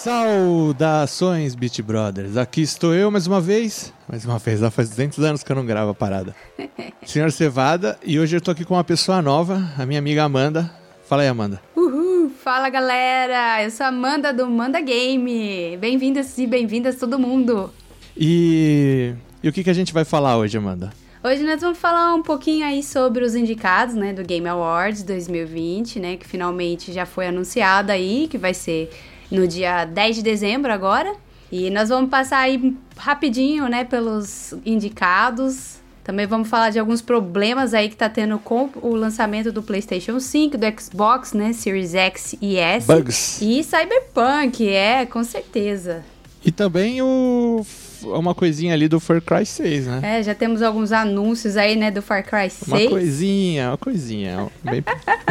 Saudações, Beat Brothers. Aqui estou eu mais uma vez, já faz 200 anos que eu não gravo a parada. Senhor Cevada, e hoje eu tô aqui com uma pessoa nova, a minha amiga Amanda. Fala aí, Amanda. Uhul! Fala, galera! Eu sou a Amanda do Manda Game. Bem-vindas e bem-vindas todo mundo. E o que a gente vai falar hoje, Amanda? Hoje nós vamos falar um pouquinho aí sobre os indicados, né, do Game Awards 2020, né, que finalmente já foi anunciado aí, que vai ser no dia 10 de dezembro agora. E nós vamos passar aí rapidinho, né, pelos indicados. Também vamos falar de alguns problemas aí que tá tendo com o lançamento do PlayStation 5, do Xbox, né, Series X e S. Bugs. E Cyberpunk, com certeza. E também uma coisinha ali do Far Cry 6, né? Já temos alguns anúncios aí, né, do Far Cry 6. Uma coisinha. Bem...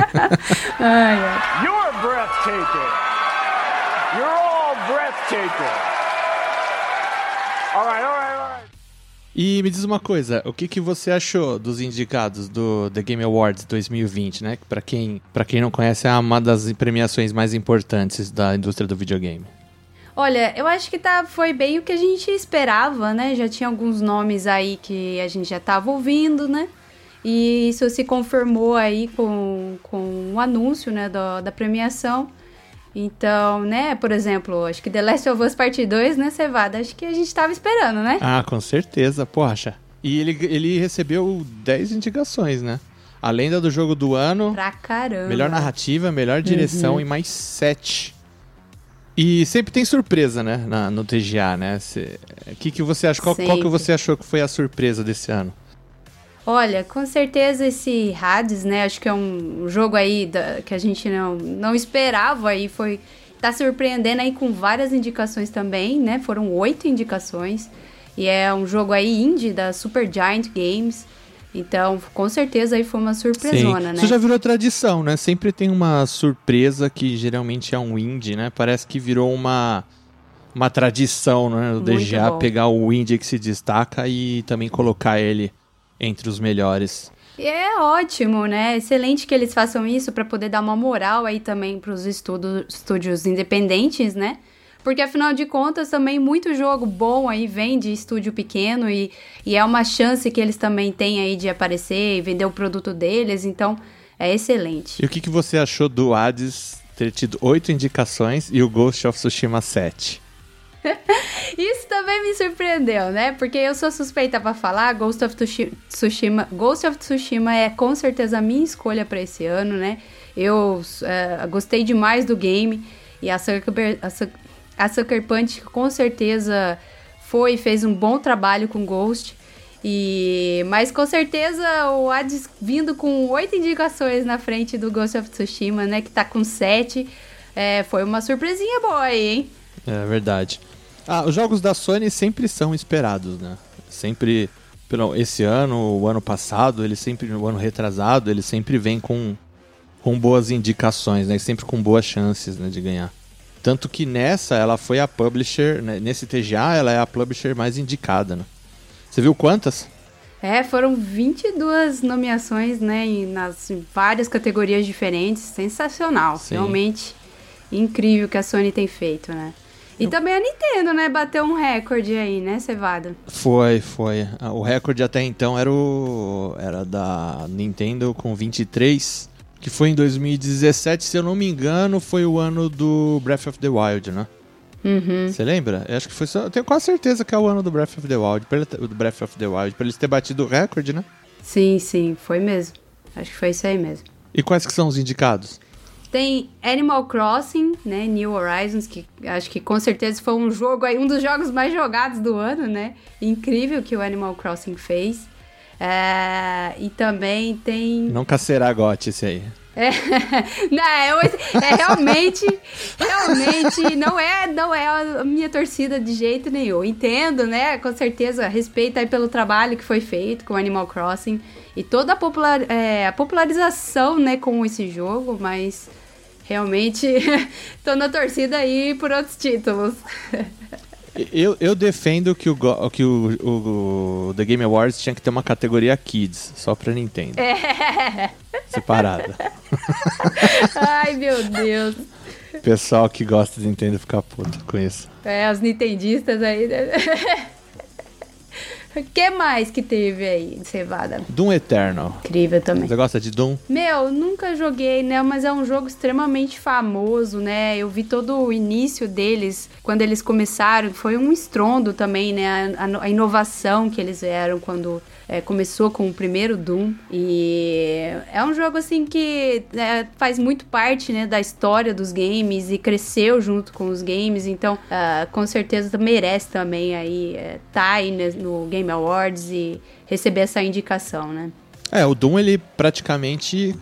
You're breathtaking. You're all breathtaking. All right. E me diz uma coisa, o que você achou dos indicados do The Game Awards 2020, né? Pra quem não conhece, é uma das premiações mais importantes da indústria do videogame. Olha, eu acho que foi bem o que a gente esperava, né? Já tinha alguns nomes aí que a gente já estava ouvindo, né? E isso se confirmou aí com o anúncio, né, da premiação. Então, né, por exemplo, acho que The Last of Us Part 2, né, Cevada? Acho que a gente estava esperando, né? Ah, com certeza, poxa. E ele recebeu 10 indicações, né? Além da do jogo do ano. Pra caramba. Melhor narrativa, melhor direção e mais 7. E sempre tem surpresa, né, no TGA, né? O que você acha? Qual que você achou que foi a surpresa desse ano? Olha, com certeza esse Hades, né? Acho que é um jogo aí que a gente não esperava aí. Tá surpreendendo aí com várias indicações também, né? Foram 8 indicações. E é um jogo aí indie da Supergiant Games. Então, com certeza aí foi uma surpresona, né? Isso já virou tradição, né? Sempre tem uma surpresa que geralmente é um indie, né? Parece que virou uma tradição, né? O DGA pegar o indie que se destaca e também colocar ele entre os melhores. E é ótimo, né? Excelente que eles façam isso para poder dar uma moral aí também para os estúdios independentes, né? Porque, afinal de contas, também muito jogo bom aí vem de estúdio pequeno e é uma chance que eles também têm aí de aparecer e vender o produto deles, então é excelente. E o que você achou do Hades ter tido 8 indicações e o Ghost of Tsushima 7? Isso também me surpreendeu, né? Porque eu sou suspeita pra falar, Ghost of Tsushima é com certeza a minha escolha pra esse ano, né? Eu gostei demais do game e a Sucker Punch com certeza fez um bom trabalho com Ghost. Mas com certeza o Hades vindo com 8 indicações na frente do Ghost of Tsushima, né? Que tá com 7. Foi uma surpresinha boa aí, hein? É verdade. Os jogos da Sony sempre são esperados, né? Sempre, esse ano, o ano passado, o ano retrasado, ele sempre vem com boas indicações, né? Sempre com boas chances, né, de ganhar. Tanto que ela foi a publisher, né? Nesse TGA, ela é a publisher mais indicada, né? Você viu quantas? Foram 22 nomeações, né, nas várias categorias diferentes. Sensacional, Sim. Realmente incrível que a Sony tem feito, né? E também a Nintendo, né, bateu um recorde aí, né, Cevada? Foi. O recorde até então era da Nintendo com 23, que foi em 2017, se eu não me engano, foi o ano do Breath of the Wild, né? Uhum. Você lembra? Eu acho que eu tenho quase certeza que é o ano do Breath of the Wild, pra eles ter batido o recorde, né? Sim, foi mesmo. Acho que foi isso aí mesmo. E quais que são os indicados? Tem Animal Crossing, né, New Horizons, que acho que com certeza foi um jogo aí, um dos jogos mais jogados do ano, né? Incrível que o Animal Crossing fez. E também tem... Nunca será GOT esse aí. Realmente não é a minha torcida de jeito nenhum. Entendo, né? Com certeza, respeito aí pelo trabalho que foi feito com Animal Crossing e toda a popularização, né, com esse jogo, mas realmente tô na torcida aí por outros títulos. Eu defendo que o The Game Awards tinha que ter uma categoria Kids, só pra Nintendo. É. Separada. Ai, meu Deus. Pessoal que gosta de Nintendo ficar puto com isso. Os nintendistas aí. O que mais que teve aí de cevada? Doom Eternal. Incrível também. Você gosta de Doom? Meu, nunca joguei, né? Mas é um jogo extremamente famoso, né? Eu vi todo o início deles, quando eles começaram. Foi um estrondo também, né? A inovação que eles eram quando começou com o primeiro Doom. E é um jogo, assim, que faz muito parte, né? Da história dos games e cresceu junto com os games. Então, com certeza merece também aí tá aí no Game Awards e receber essa indicação, né? O Doom, ele praticamente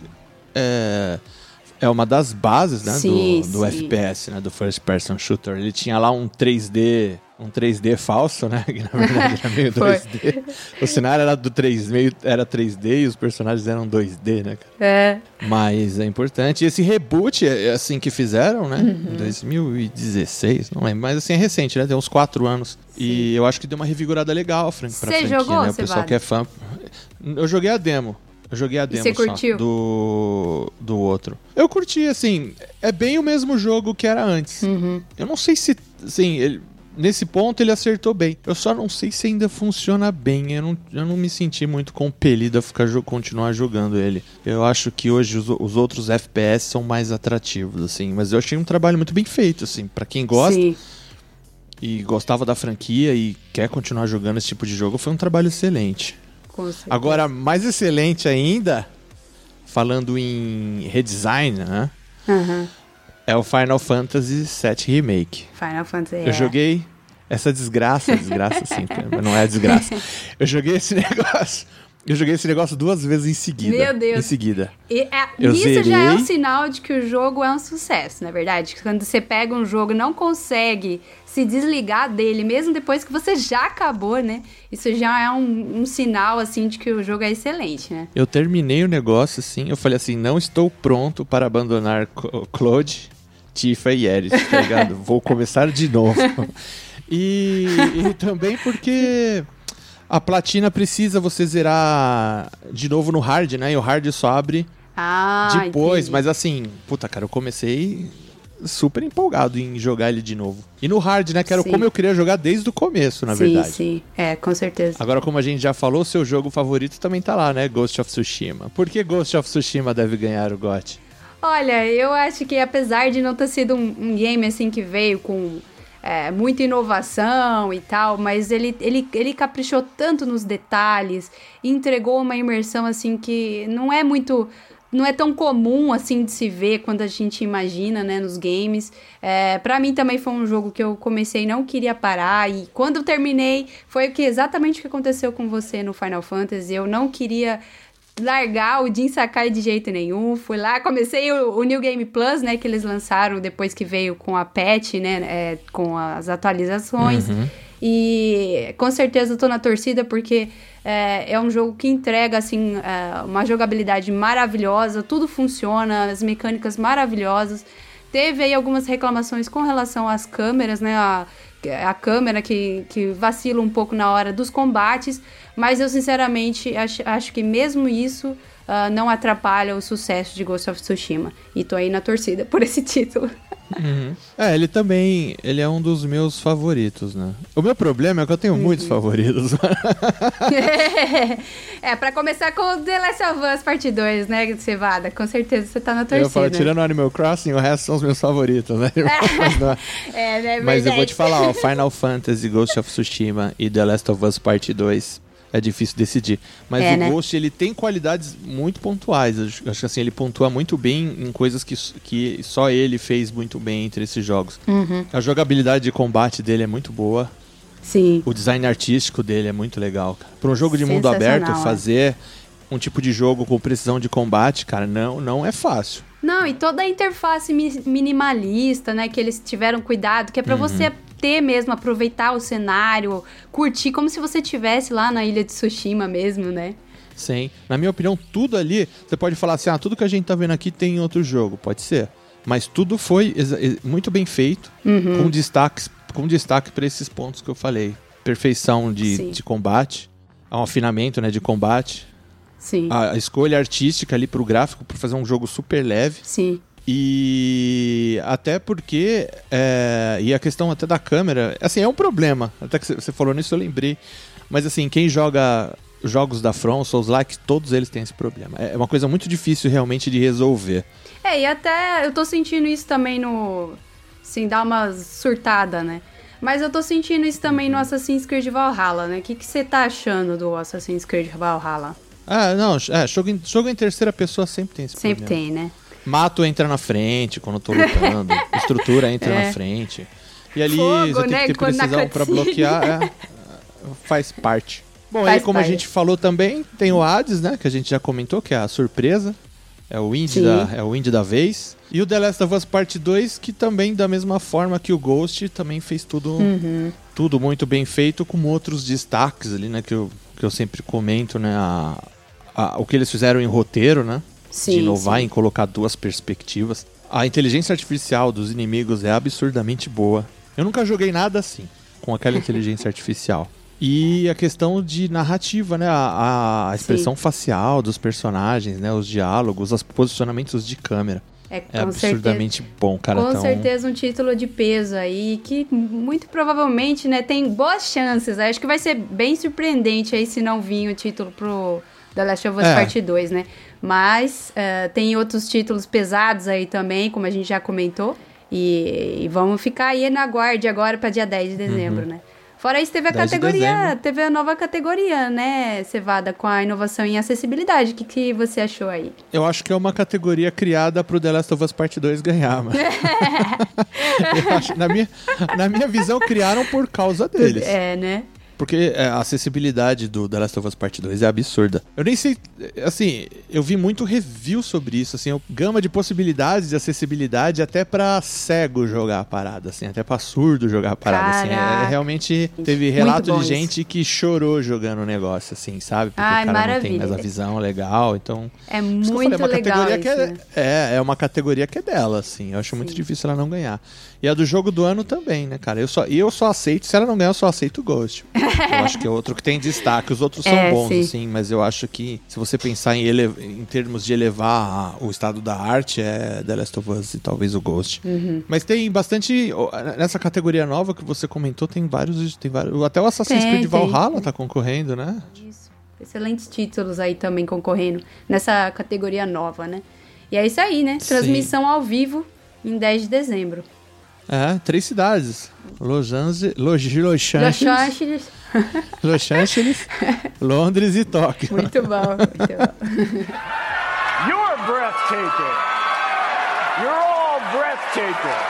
é uma das bases, né, do FPS, né, do First Person Shooter. Ele tinha lá um 3D falso, né, que na verdade era meio 2D. O cenário era era 3D e os personagens eram 2D, né, cara? Mas é importante. E esse reboot, assim, que fizeram, né, em 2016, não lembro, mas assim, é recente, né, tem uns 4 anos. Sim. E eu acho que deu uma revigorada legal pra franquia, jogou, né, o pessoal que é fã. Eu joguei a demo. E você curtiu? Do outro. Eu curti, assim, é bem o mesmo jogo que era antes. Eu não sei se, assim, nesse ponto ele acertou bem. Eu só não sei se ainda funciona bem. Eu não me senti muito compelido a continuar jogando ele. Eu acho que hoje os outros FPS são mais atrativos, assim. Mas eu achei um trabalho muito bem feito, assim, pra quem gosta. Sim. E gostava da franquia e quer continuar jogando esse tipo de jogo, foi um trabalho excelente. Agora, mais excelente ainda, falando em redesign, né? É o Final Fantasy VII Remake. Final Fantasy, Eu joguei essa desgraça sim, mas não é desgraça. Eu joguei esse negócio 2 vezes em seguida. Meu Deus. Em seguida. Isso já é um sinal de que o jogo é um sucesso, na verdade. Quando você pega um jogo e não consegue se desligar dele, mesmo depois que você já acabou, né? Isso já é um sinal, assim, de que o jogo é excelente, né? Eu terminei o negócio, assim, eu falei assim, não estou pronto para abandonar Claude, Tifa e Aeris, tá ligado? Vou começar de novo. E também porque a platina precisa você zerar de novo no hard, né? E o hard só abre depois. Entendi. Mas assim, puta, cara, eu comecei super empolgado em jogar ele de novo. E no hard, né? Que era como eu queria jogar desde o começo, na verdade. Sim, com certeza. Agora, como a gente já falou, seu jogo favorito também tá lá, né? Ghost of Tsushima. Por que Ghost of Tsushima deve ganhar o GOT? Olha, eu acho que apesar de não ter sido um game, assim, que veio com muita inovação e tal, mas ele caprichou tanto nos detalhes, entregou uma imersão, assim, que não é tão comum, assim, de se ver quando a gente imagina, né, nos games. Pra mim também foi um jogo que eu comecei e não queria parar, e quando eu terminei, foi exatamente o que aconteceu com você no Final Fantasy. Eu não queria largar o Jin Sakai de jeito nenhum. Fui lá, comecei o New Game Plus, né, que eles lançaram depois que veio com a patch, né, com as atualizações. E com certeza eu tô na torcida porque é um jogo que entrega, assim, uma jogabilidade maravilhosa, tudo funciona, as mecânicas maravilhosas. Teve aí algumas reclamações com relação às câmeras, né, a câmera que vacila um pouco na hora dos combates, mas eu sinceramente acho que mesmo isso não atrapalha o sucesso de Ghost of Tsushima. E tô aí na torcida por esse título. Ele é um dos meus favoritos, né? O meu problema é que eu tenho muitos favoritos. Pra começar com The Last of Us Part 2, né, Cevada? Com certeza você tá na torcida. Eu falo, tirando o Animal Crossing, o resto são os meus favoritos, né? Mas eu vou te falar, ó, Final Fantasy, Ghost of Tsushima e The Last of Us Part 2 é difícil decidir. Mas o Ghost, ele tem qualidades muito pontuais. Eu acho que assim, ele pontua muito bem em coisas que só ele fez muito bem entre esses jogos. A jogabilidade de combate dele é muito boa. Sim. O design artístico dele é muito legal, cara. Para um jogo de mundo aberto, fazer um tipo de jogo com precisão de combate, cara, não é fácil. Não, e toda a interface minimalista, né, que eles tiveram cuidado, que é pra você ter mesmo, aproveitar o cenário, curtir, como se você estivesse lá na ilha de Tsushima mesmo, né? Sim. Na minha opinião, tudo ali, você pode falar assim, tudo que a gente tá vendo aqui tem em outro jogo, pode ser. Mas tudo foi muito bem feito, com destaque para esses pontos que eu falei. Perfeição de combate, um afinamento, né, de combate. Sim. A escolha artística ali pro gráfico, pra fazer um jogo super leve. Sim. E até porque, e a questão até da câmera, assim, é um problema. Até que você falou nisso, eu lembrei. Mas assim, quem joga jogos da From, Souls-like, todos eles têm esse problema. É uma coisa muito difícil realmente de resolver. E até eu tô sentindo isso também no... Assim, dá uma surtada, né? Mas eu tô sentindo isso também no Assassin's Creed Valhalla, né? O que você tá achando do Assassin's Creed Valhalla? Jogo em terceira pessoa sempre tem esse problema. Sempre tem, né? Mato entra na frente quando eu tô lutando, estrutura entra na frente. E ali Fogo, você tem né? que ter precisão pra bloquear, faz parte. Bom, aí como a gente falou também, tem o Hades, né? Que a gente já comentou, que é a surpresa. É o indie da vez. E o The Last of Us Part 2, que também, da mesma forma que o Ghost, também fez tudo muito bem feito, com outros destaques ali, né? Que eu sempre comento, né? O que eles fizeram em roteiro, né? Sim, de inovar em colocar duas perspectivas. A inteligência artificial dos inimigos é absurdamente boa. Eu nunca joguei nada assim, com aquela inteligência artificial. E a questão de narrativa, né? A expressão facial dos personagens, né? Os diálogos, os posicionamentos de câmera. É absurdamente bom, cara. Com certeza um título de peso aí, que muito provavelmente, né, tem boas chances. Acho que vai ser bem surpreendente aí se não vir o título pro The Last of Us Part 2, né? Mas tem outros títulos pesados aí também, como a gente já comentou. E vamos ficar aí na guarda agora para dia 10 de dezembro, né? Fora isso, teve a nova categoria, né, Cevada, com a inovação em acessibilidade. O que você achou aí? Eu acho que é uma categoria criada pro The Last of Us Part 2 ganhar, mano. Eu acho, na minha visão, criaram por causa deles. Né? Porque a acessibilidade do The Last of Us Part 2 é absurda. Eu nem sei, assim, eu vi muito review sobre isso, assim, gama de possibilidades de acessibilidade até pra cego jogar a parada, assim, até pra surdo jogar a parada, assim. Realmente teve relato de gente que chorou jogando o negócio, assim, sabe? Porque o cara não tem mais a visão legal, então... É muito legal isso, é uma categoria que é dela, assim, eu acho muito difícil ela não ganhar. E a do jogo do ano também, né, cara? Eu só aceito, se ela não ganhar, eu só aceito o Ghost. Eu acho que é outro que tem destaque. Os outros são bons, assim, mas eu acho que se você pensar em termos de elevar o estado da arte, é The Last of Us e talvez o Ghost. Mas tem bastante... Nessa categoria nova que você comentou, tem vários até o Assassin's Creed Valhalla tá concorrendo, né? Isso. Excelentes títulos aí também concorrendo nessa categoria nova, né? E é isso aí, né? Transmissão ao vivo em 10 de dezembro. 3 cidades. Los Angeles, Londres e Tóquio. Muito bom. You're breathtaking. You're all breathtaking.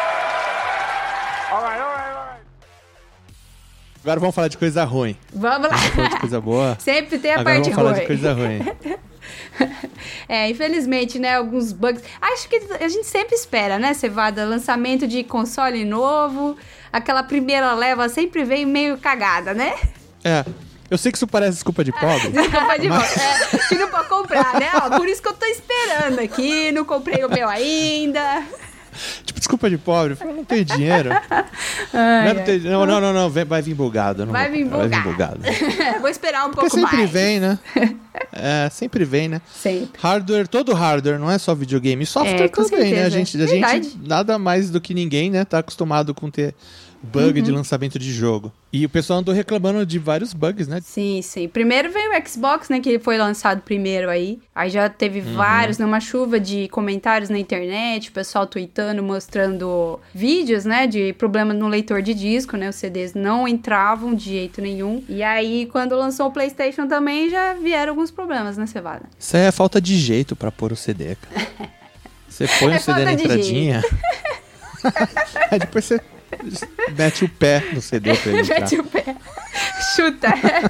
All right. Agora vamos falar de coisa ruim. Vamos lá. Vamos falar de coisa boa. Sempre tem a Agora parte ruim. Vamos falar de coisa ruim. Infelizmente, né, alguns bugs. Acho que a gente sempre espera, né, Cevada? Lançamento de console novo, aquela primeira leva sempre vem meio cagada, né? Eu sei que isso parece desculpa de pobre. Desculpa de pobre. Que não pode comprar, né? Por isso que eu tô esperando aqui, não comprei o meu ainda. Tipo, desculpa de pobre, eu não tenho dinheiro. Não, vai vir bugado. Vai vir bugado. Vou esperar um pouco mais. Sempre vem, né? Sempre vem, né? Sempre. Hardware, todo hardware, não é só videogame. Software também, né? A gente, nada mais do que ninguém, né? Tá acostumado com ter bug de lançamento de jogo. E o pessoal andou reclamando de vários bugs, né? Sim. Primeiro veio o Xbox, né? Que foi lançado primeiro aí. Aí já teve vários, né? Uma chuva de comentários na internet, o pessoal tweetando, mostrando vídeos, né? De problema no leitor de disco, né? Os CDs não entravam de jeito nenhum. E aí, quando lançou o PlayStation também, já vieram alguns problemas, né, Cevada? Isso aí é falta de jeito pra pôr o CD, cara. Você põe o CD na entradinha. Aí depois você mete o pé no CD pra ele entrar. Mete o pé. Chuta.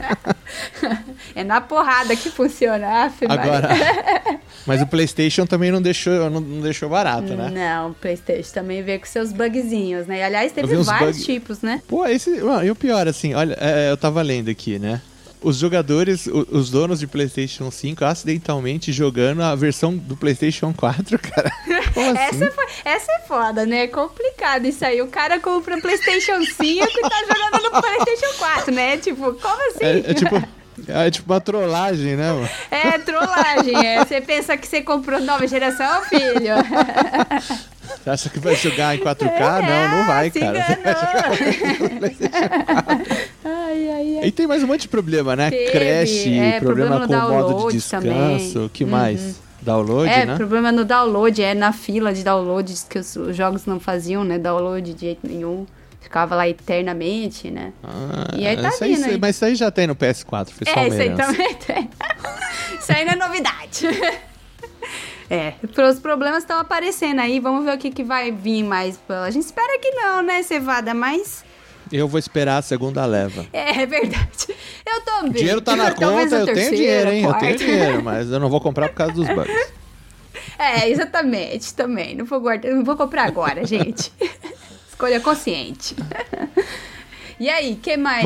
É na porrada que funciona. Agora, mas o PlayStation também não deixou barato, né? Não, o PlayStation também veio com seus bugzinhos, né? E, aliás, teve vários tipos, né? Pô, e o pior, assim, olha, eu tava lendo aqui, né? Os jogadores, os donos de PlayStation 5 acidentalmente jogando a versão do PlayStation 4, cara. Como assim? Essa é foda, né? É complicado isso aí. O cara compra o PlayStation 5 e tá jogando no PlayStation 4, né? Tipo, como assim? É tipo uma trollagem, né, mano? É trollagem, Você pensa que você comprou nova geração, filho? Você acha que vai jogar em 4K? Não vai, cara. Você vai jogar ai. E tem mais um monte de problema, né? Crash, problema com o modo de descanso. O que mais? Download, né? Problema no download, na fila de download que os jogos não faziam, né? Download de jeito nenhum. Ficava lá eternamente, né? E aí tá vindo aí. Mas isso aí já tem no PS4, foi só uma isso aí também tem. Isso aí não é novidade. Os problemas estão aparecendo aí, vamos ver o que vai vir mais. A gente espera que não, né, Cevada, mas... Eu vou esperar a segunda leva. É verdade. Eu também. O dinheiro tá na conta, eu tenho dinheiro, hein? Eu tenho dinheiro, mas eu não vou comprar por causa dos bugs. Exatamente, também. Não vou comprar agora, gente. Escolha consciente. E aí, que mais,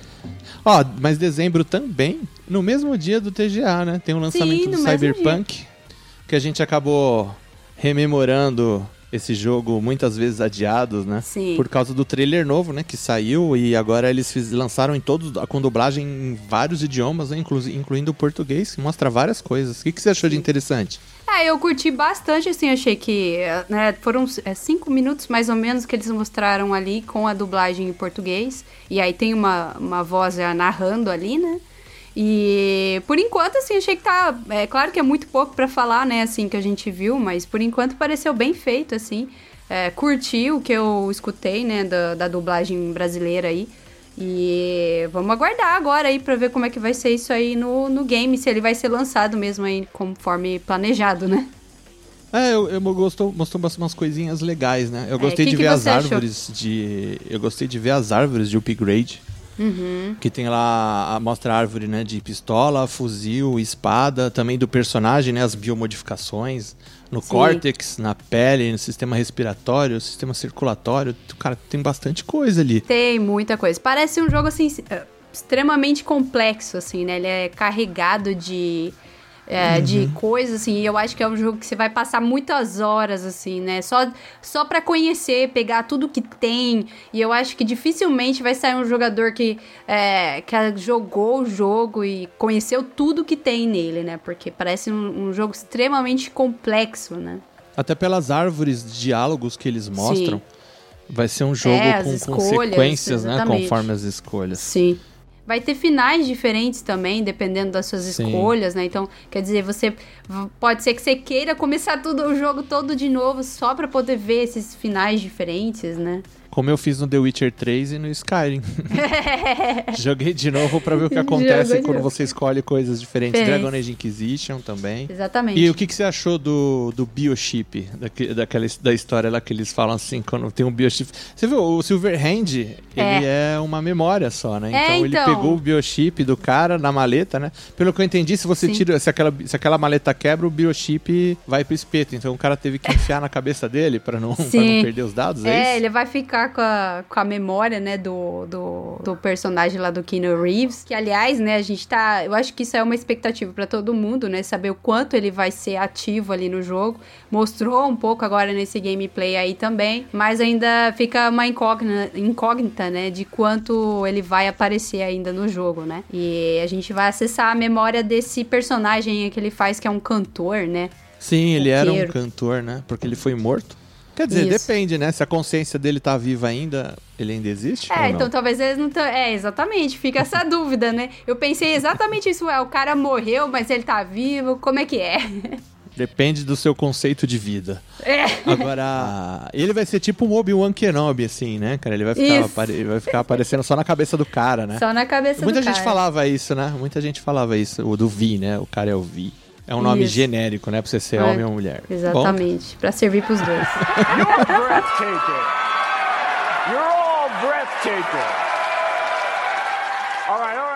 Mas dezembro também, no mesmo dia do TGA, né? Tem o lançamento do Cyberpunk, que a gente acabou rememorando esse jogo muitas vezes adiados, né? Sim. Por causa do trailer novo, né? Que saiu e agora eles lançaram com dublagem em vários idiomas, né? Incluindo o português, que mostra várias coisas. O que você achou de interessante? Eu curti bastante, assim, achei que foram 5 minutos mais ou menos que eles mostraram ali com a dublagem em português. E aí tem uma voz já narrando ali, né? E por enquanto, assim, achei que tá... claro que é muito pouco pra falar, né, assim, que a gente viu, mas por enquanto pareceu bem feito, assim. Curti o que eu escutei, né, da dublagem brasileira aí. E vamos aguardar agora aí pra ver como é que vai ser isso aí no game, se ele vai ser lançado mesmo aí conforme planejado, né? Eu mostrou umas coisinhas legais, né? Eu gostei de ver as árvores eu gostei de ver as árvores de upgrade. Uhum. Que tem lá, mostra a árvore, né, de pistola, fuzil, espada, também do personagem, né, as biomodificações no córtex, na pele, no sistema respiratório, sistema circulatório. Cara, tem bastante coisa ali. Tem muita coisa. Parece um jogo, assim, extremamente complexo, assim, né? Ele é carregado de coisas, assim, e eu acho que é um jogo que você vai passar muitas horas, assim, né, só pra conhecer, pegar tudo que tem, e eu acho que dificilmente vai sair um jogador que jogou o jogo e conheceu tudo que tem nele, né, porque parece um jogo extremamente complexo, né. Até pelas árvores de diálogos que eles mostram, vai ser um jogo com escolhas, consequências, exatamente, né, conforme as escolhas. Sim. Vai ter finais diferentes também, dependendo das suas escolhas, né? Então, quer dizer, pode ser que você queira começar o jogo todo de novo só pra poder ver esses finais diferentes, né? Como eu fiz no The Witcher 3 e no Skyrim. Joguei de novo pra ver o que acontece quando você escolhe coisas diferentes. Dragon Age Inquisition também. Exatamente. E o que você achou do biochip? Da história lá que eles falam assim, quando tem um biochip. Você viu, o Silverhand, ele é uma memória só, né? Então ele pegou o biochip do cara na maleta, né? Pelo que eu entendi, se você tira, se aquela maleta quebra, o biochip vai pro espeto. Então o cara teve que enfiar na cabeça dele pra não perder os dados, é isso? Ele vai ficar com a memória, né, do personagem lá do Keanu Reeves, que aliás, né, eu acho que isso é uma expectativa pra todo mundo, né, saber o quanto ele vai ser ativo ali no jogo. Mostrou um pouco agora nesse gameplay aí também, mas ainda fica uma incógnita, né, de quanto ele vai aparecer ainda no jogo, né, e a gente vai acessar a memória desse personagem que ele faz, que é um cantor, né. Sim, ele era um cantor, né, porque ele foi morto. Quer dizer, depende, né? Se a consciência dele tá viva ainda, ele ainda existe? Então talvez eles não... exatamente, fica essa dúvida, né? Eu pensei exatamente isso, o cara morreu, mas ele tá vivo, como é que é? Depende do seu conceito de vida. Agora, ele vai ser tipo um Obi-Wan Kenobi, assim, né, cara? Ele vai ficar aparecendo só na cabeça do cara, né? Só na cabeça do cara. Muita gente falava isso, né? Muita gente falava isso, o do Vi, né? O cara é o Vi. É um nome genérico, né? Pra você ser homem ou mulher. Exatamente. Bom? Pra servir pros dois. You're breathtaking. You're all breathtaking. All right.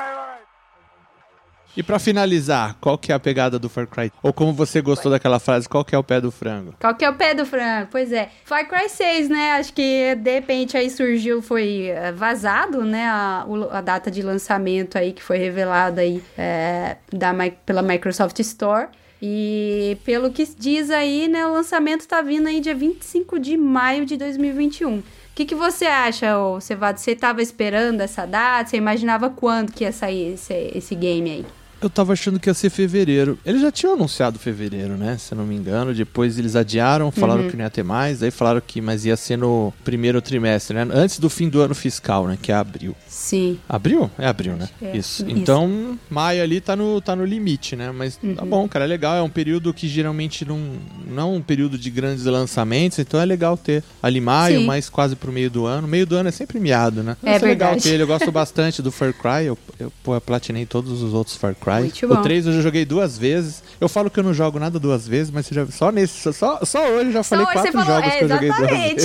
E pra finalizar, qual que é a pegada do Far Cry? Ou como você gostou daquela frase, qual que é o pé do frango? Qual que é o pé do frango? Pois é. Far Cry 6, né? Acho que de repente aí foi vazado, né? A data de lançamento aí que foi revelada aí pela Microsoft Store. E pelo que diz aí, né, o lançamento tá vindo aí dia 25 de maio de 2021. O que você acha, ô Cevado? Você tava esperando essa data? Você imaginava quando que ia sair esse game aí? Eu tava achando que ia ser fevereiro. Eles já tinham anunciado fevereiro, né? Se eu não me engano. Depois eles adiaram, falaram que não ia ter mais. Aí falaram que mas ia ser no primeiro trimestre, né? Antes do fim do ano fiscal, né? Que é abril. Sim. Abril? É abril, né? Isso. Então, maio ali tá no limite, né? Mas tá bom, cara, é legal. É um período que geralmente não é um período de grandes lançamentos. Então é legal ter ali maio, mas quase pro meio do ano. Meio do ano é sempre miado, né? É legal ter ele. Eu gosto bastante do Far Cry. Eu platinei todos os outros Far Cry. Muito bom. O 3 eu já joguei 2 vezes. Eu falo que eu não jogo nada 2 vezes, mas você já, só hoje eu já falei 4 jogos que eu joguei 2 vezes.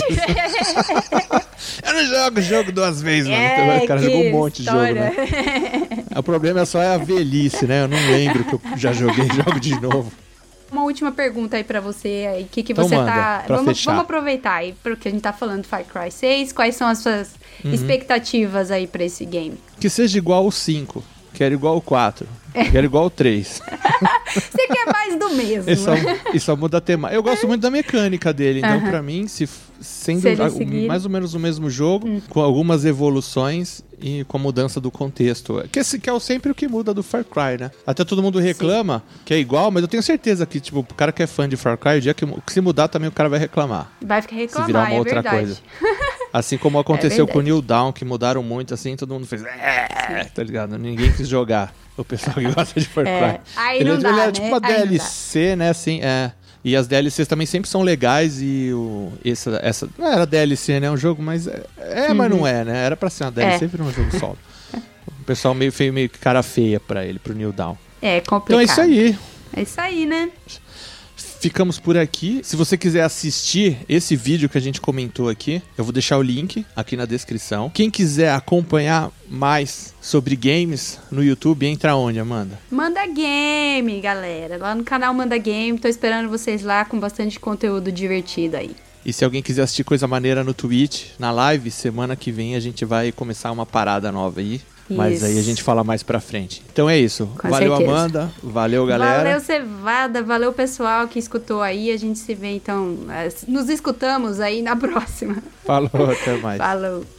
Eu não jogo jogo 2 vezes, mano. O cara jogou um monte de jogo, né? O problema só a velhice, né? Eu não lembro que eu já joguei jogo de novo. Uma última pergunta aí pra você aí, que então você manda, tá... Vamos aproveitar aí, porque a gente tá falando do Far Cry 6, quais são as suas expectativas aí pra esse game? Que seja igual o 5, quero igual o 4, quero igual o 3. Você quer mais do mesmo. E só muda a temática. Eu gosto muito da mecânica dele, então pra mim, sendo mais ou menos o mesmo jogo, com algumas evoluções e com a mudança do contexto. Que é sempre o que muda do Far Cry, né? Até todo mundo reclama que é igual, mas eu tenho certeza que, tipo, o cara que é fã de Far Cry, o dia que se mudar também o cara vai reclamar. Vai ficar reclamar, se virar uma outra verdade. coisa. Assim como aconteceu com o New Dawn, que mudaram muito, assim, todo mundo fez... tá ligado? Ninguém quis jogar. O pessoal que gosta de Far Cry. Aí não dá, ele né? é tipo uma DLC, né? Assim, E as DLCs também sempre são legais e essa não era DLC, né? Um jogo, mas... mas não é, né? Era pra ser uma DLC, virou um jogo solo. O pessoal meio cara feia pra ele, pro New Dawn. É complicado. Então é isso aí. É isso aí, né? Ficamos por aqui. Se você quiser assistir esse vídeo que a gente comentou aqui, eu vou deixar o link aqui na descrição. Quem quiser acompanhar mais sobre games no YouTube, entra onde, Amanda? Manda Game, galera. Lá no canal Manda Game. Tô esperando vocês lá com bastante conteúdo divertido aí. E se alguém quiser assistir coisa maneira no Twitch, na live, semana que vem a gente vai começar uma parada nova aí. Mas aí a gente fala mais pra frente. Então é isso. Valeu, certeza. Amanda. Valeu, galera. Valeu, Cevada. Valeu, pessoal que escutou aí. A gente se vê, então... Nos escutamos aí na próxima. Falou, até mais. Falou.